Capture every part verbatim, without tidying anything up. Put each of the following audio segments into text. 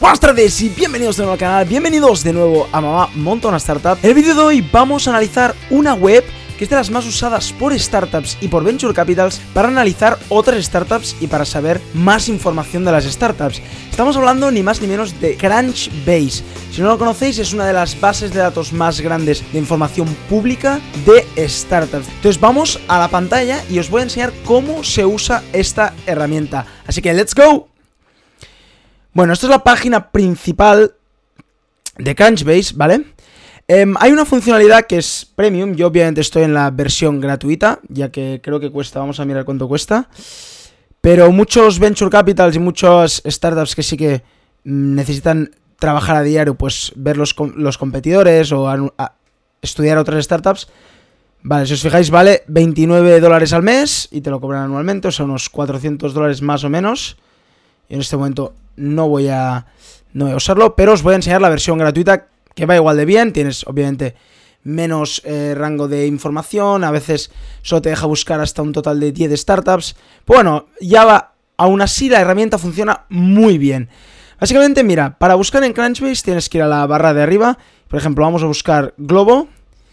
Buenas tardes y bienvenidos de nuevo al canal, bienvenidos de nuevo a Mamá Monta una Startup. En el vídeo de hoy vamos a analizar una web que es de las más usadas por startups y por venture capitals para analizar otras startups y para saber más información de las startups. Estamos hablando ni más ni menos de Crunchbase. Si no lo conocéis, es una de las bases de datos más grandes de información pública de startups. Entonces vamos a la pantalla y os voy a enseñar cómo se usa esta herramienta. Así que ¡let's go! Bueno, esta es la página principal de Crunchbase, ¿vale? Eh, hay una funcionalidad que es premium. Yo obviamente estoy en la versión gratuita, ya que creo que cuesta, vamos a mirar cuánto cuesta. Pero muchos venture capitals y muchas startups que sí que necesitan trabajar a diario, pues ver los, los competidores o a, a estudiar otras startups. Vale, si os fijáis, vale veintinueve dólares al mes y te lo cobran anualmente, o sea, unos cuatrocientos dólares más o menos. Y en este momento no voy a, no voy a usarlo, pero os voy a enseñar la versión gratuita, que va igual de bien. Tienes obviamente menos eh, rango de información, a veces solo te deja buscar hasta un total de diez startups. Pues bueno, ya va, aún así la herramienta funciona muy bien. Básicamente, mira, para buscar en Crunchbase tienes que ir a la barra de arriba. Por ejemplo, vamos a buscar Globo,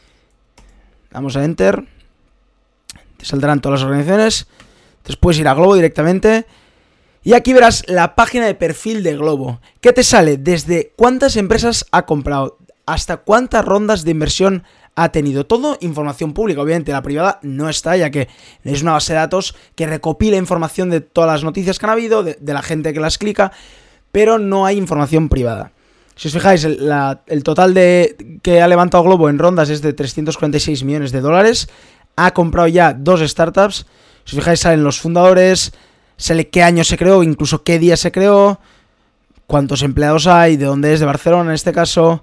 damos a Enter, te saldrán todas las organizaciones, entonces puedes ir a Globo directamente. Y aquí verás la página de perfil de Globo, que te sale desde cuántas empresas ha comprado hasta cuántas rondas de inversión ha tenido. Todo información pública, obviamente la privada no está, ya que es una base de datos que recopila información de todas las noticias que han habido, de, de la gente que las clica, pero no hay información privada. Si os fijáis, el, la, el total de que ha levantado Globo en rondas es de trescientos cuarenta y seis millones de dólares. Ha comprado ya dos startups. Si os fijáis, salen los fundadores, sale qué año se creó, incluso qué día se creó, cuántos empleados hay, de dónde es, de Barcelona en este caso.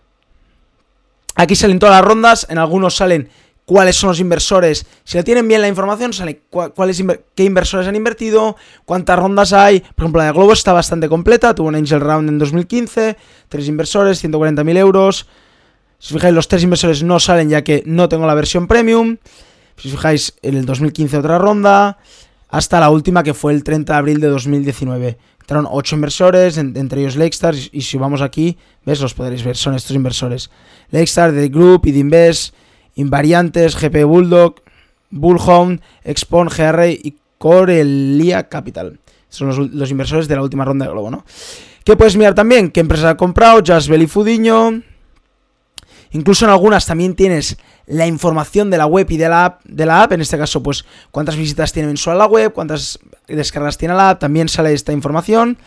Aquí salen todas las rondas, en algunos salen cuáles son los inversores. Si lo tienen bien la información, sale cuáles inver- qué inversores han invertido, cuántas rondas hay. Por ejemplo, la de Globo está bastante completa, tuvo un Angel Round en dos mil quince, tres inversores, ciento cuarenta mil euros. Si os fijáis, los tres inversores no salen ya que no tengo la versión premium. Si os fijáis, en el dos mil quince otra ronda, hasta la última que fue el treinta de abril de dos mil diecinueve. Entraron ocho inversores, en, entre ellos Lakestar, y, y si vamos aquí, ¿ves? Los podréis ver, son estos inversores. Lakestar, The Group, Idinvest, Invariantes, G P Bulldog, Bullhound, Expon, G R y Corelia Capital. Son los, los inversores de la última ronda de Globo, ¿no? ¿Qué puedes mirar también? ¿Qué empresa ha comprado? Jasbel y Fudiño. Incluso en algunas también tienes la información de la web y de la app, de la app, en este caso, pues cuántas visitas tiene mensual la web, cuántas descargas tiene la app, también sale esta información.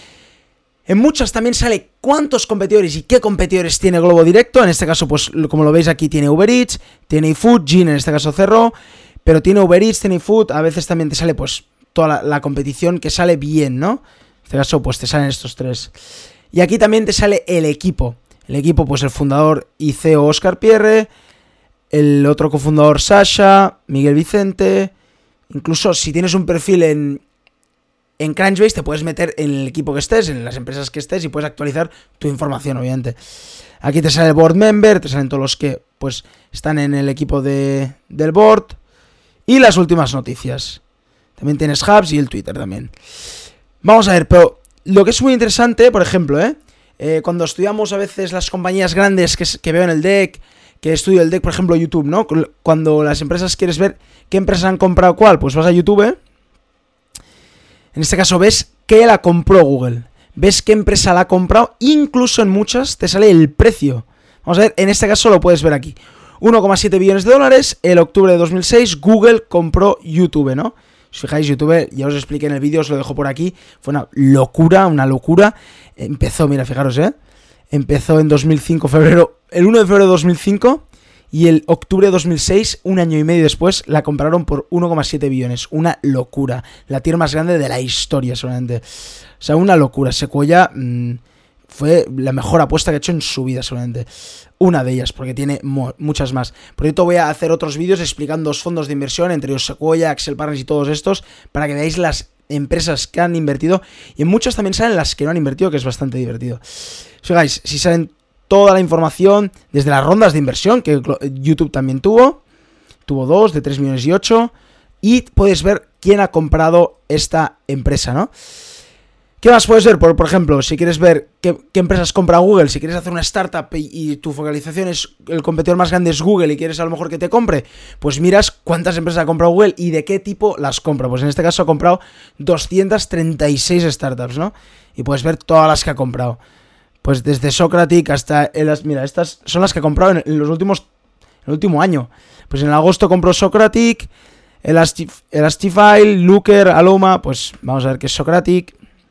En muchas también sale cuántos competidores y qué competidores tiene Globo directo, en este caso, pues como lo veis aquí, tiene Uber Eats, tiene iFood, Gin en este caso cerró, pero tiene Uber Eats, tiene iFood, a veces también te sale pues toda la, la competición que sale bien, ¿no? En este caso, pues te salen estos tres. Y aquí también te sale el equipo. El equipo, pues el fundador y C E O Óscar Pierre, el otro cofundador Sasha, Miguel Vicente. Incluso si tienes un perfil en, en Crunchbase, te puedes meter en el equipo que estés, en las empresas que estés y puedes actualizar tu información, obviamente. Aquí te sale el board member, te salen todos los que pues están en el equipo de, del board y las últimas noticias. También tienes hubs y el Twitter también. Vamos a ver, pero lo que es muy interesante, por ejemplo, ¿eh? Eh, cuando estudiamos a veces las compañías grandes que, que veo en el deck, que estudio el deck, por ejemplo YouTube, ¿no? Cuando las empresas quieres ver qué empresas han comprado cuál, pues vas a YouTube, ¿eh? En este caso ves que la compró Google, ves qué empresa la ha comprado, incluso en muchas te sale el precio. Vamos a ver, en este caso lo puedes ver aquí, uno coma siete billones de dólares, el octubre de dos mil seis Google compró YouTube, ¿no? Si os fijáis, YouTube, ya os expliqué en el vídeo, os lo dejo por aquí, fue una locura, una locura. Empezó, mira, fijaros, ¿eh? Empezó en dos mil cinco, febrero, el uno de febrero de dos mil cinco, y el octubre de dos mil seis, un año y medio después, la compraron por uno coma siete billones. Una locura. La tier más grande de la historia, solamente. O sea, una locura. Sequoia mmm, fue la mejor apuesta que ha hecho en su vida, solamente. Una de ellas, porque tiene mo- muchas más. Por cierto, voy a hacer otros vídeos explicando los fondos de inversión, entre ellos Sequoia, Accel Partners y todos estos, para que veáis las empresas que han invertido. Y en muchas también salen las que no han invertido, que es bastante divertido. Fijáis, si salen toda la información, desde las rondas de inversión, que YouTube también tuvo, tuvo dos, de tres millones y ocho, y puedes ver quién ha comprado esta empresa, ¿no? ¿Qué más puedes ver? Por, por ejemplo, si quieres ver qué, qué empresas compra Google, si quieres hacer una startup y, y tu focalización es, el competidor más grande es Google y quieres a lo mejor que te compre, pues miras cuántas empresas ha comprado Google y de qué tipo las compra. Pues en este caso ha comprado doscientas treinta y seis startups, ¿no? Y puedes ver todas las que ha comprado. Pues desde Socratic hasta... El, mira, estas son las que ha comprado en, en los últimos... En el último año. Pues en agosto compró Socratic, Elastif, Elastify, Looker, Aloma... Pues vamos a ver qué es Socratic...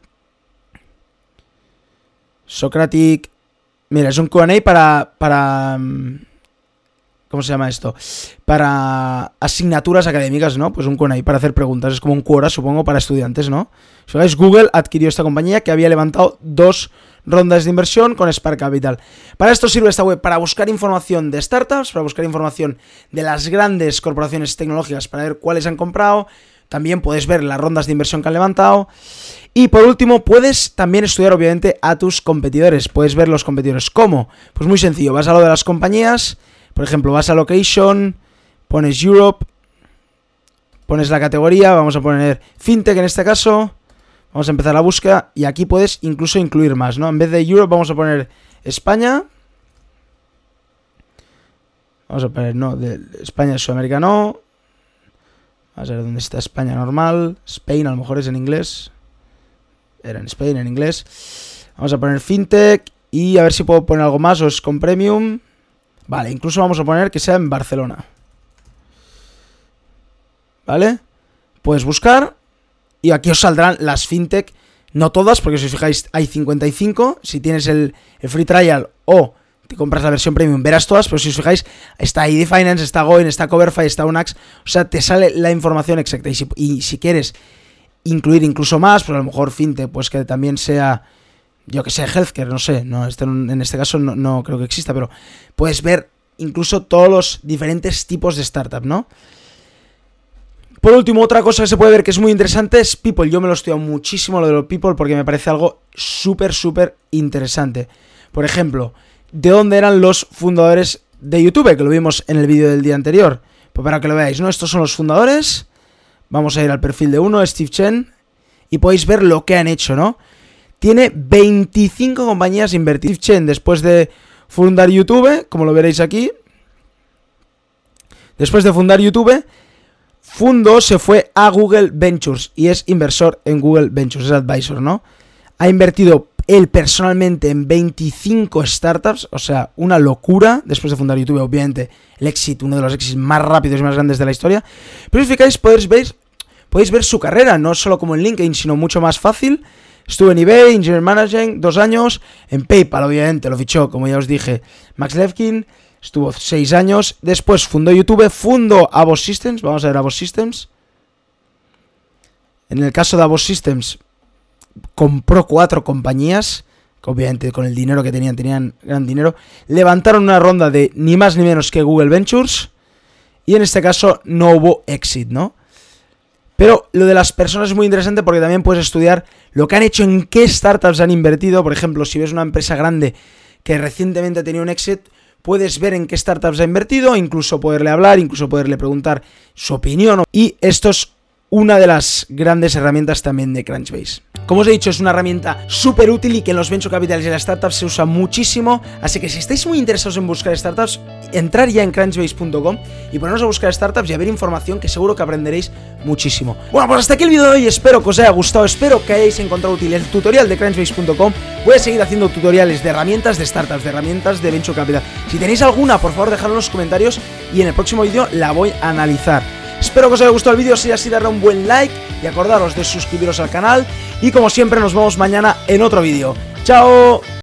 Socratic, mira, es un Q and A para, para, ¿cómo se llama esto? Para asignaturas académicas, ¿no? Pues un Q and A para hacer preguntas, es como un Quora, supongo, para estudiantes, ¿no? Si veis, Google adquirió esta compañía que había levantado dos rondas de inversión con Spark Capital. Para esto sirve esta web, para buscar información de startups, para buscar información de las grandes corporaciones tecnológicas, para ver cuáles han comprado. También puedes ver las rondas de inversión que han levantado. Y por último, puedes también estudiar obviamente a tus competidores. Puedes ver los competidores. ¿Cómo? Pues muy sencillo. Vas a lo de las compañías. Por ejemplo, vas a Location. Pones Europe. Pones la categoría. Vamos a poner FinTech en este caso. Vamos a empezar la búsqueda. Y aquí puedes incluso incluir más, ¿no? En vez de Europe vamos a poner España. Vamos a poner, no, de España, Sudamérica no. Vamos a ver dónde está España normal. Spain a lo mejor es en inglés. Era en Spain, en inglés. Vamos a poner FinTech. Y a ver si puedo poner algo más o es con Premium. Vale, incluso vamos a poner que sea en Barcelona. ¿Vale? Puedes buscar. Y aquí os saldrán las FinTech. No todas, porque si os fijáis hay cincuenta y cinco. Si tienes el, el free trial o te compras la versión Premium, verás todas. Pero si os fijáis, está I D Finance, está Goin, está Coverfy, está Unax. O sea, te sale la información exacta. Y si, y si quieres incluir incluso más, pues a lo mejor FinTech, pues que también sea, yo que sé, Healthcare, no sé, no, este, en este caso no, no creo que exista, pero puedes ver incluso todos los diferentes tipos de startup, ¿no? Por último, otra cosa que se puede ver que es muy interesante es People. Yo me lo he estudiado muchísimo lo de los People porque me parece algo súper, súper interesante. Por ejemplo, ¿de dónde eran los fundadores de YouTube? Que lo vimos en el vídeo del día anterior. Pues para que lo veáis, ¿no? Estos son los fundadores. Vamos a ir al perfil de uno, Steve Chen, y podéis ver lo que han hecho, ¿no? Tiene veinticinco compañías invertidas. Steve Chen, después de fundar YouTube, como lo veréis aquí, después de fundar YouTube, fundó, se fue a Google Ventures y es inversor en Google Ventures, es advisor, ¿no? Ha invertido él personalmente en veinticinco startups, o sea, una locura, después de fundar YouTube, obviamente, el éxito, uno de los éxitos más rápidos y más grandes de la historia. Pero si fijáis, podéis ver, podéis ver su carrera, no solo como en LinkedIn, sino mucho más fácil. Estuvo en eBay, Engineer Managing, dos años, en PayPal, obviamente, lo fichó, como ya os dije, Max Levchin, estuvo seis años, después fundó YouTube, fundó Avos Systems, vamos a ver Avos Systems. En el caso de Avos Systems, compró cuatro compañías, que obviamente con el dinero que tenían, tenían gran dinero, levantaron una ronda de ni más ni menos que Google Ventures, y en este caso no hubo exit, ¿no? Pero lo de las personas es muy interesante porque también puedes estudiar lo que han hecho, en qué startups han invertido. Por ejemplo, si ves una empresa grande que recientemente ha tenido un exit, puedes ver en qué startups ha invertido, incluso poderle hablar, incluso poderle preguntar su opinión. Y esto es una de las grandes herramientas también de Crunchbase. Como os he dicho, es una herramienta súper útil y que en los venture capitals y en las startups se usa muchísimo. Así que si estáis muy interesados en buscar startups, entrar ya en crunchbase punto com y poneros a buscar startups y a ver información que seguro que aprenderéis muchísimo. Bueno, pues hasta aquí el vídeo de hoy. Espero que os haya gustado, espero que hayáis encontrado útil el tutorial de crunchbase punto com. Voy a seguir haciendo tutoriales de herramientas de startups, de herramientas de venture capital. Si tenéis alguna, por favor, dejadlo en los comentarios y en el próximo vídeo la voy a analizar. Espero que os haya gustado el vídeo, si es así, darle un buen like y acordaros de suscribiros al canal. Y como siempre, nos vemos mañana en otro vídeo. ¡Chao!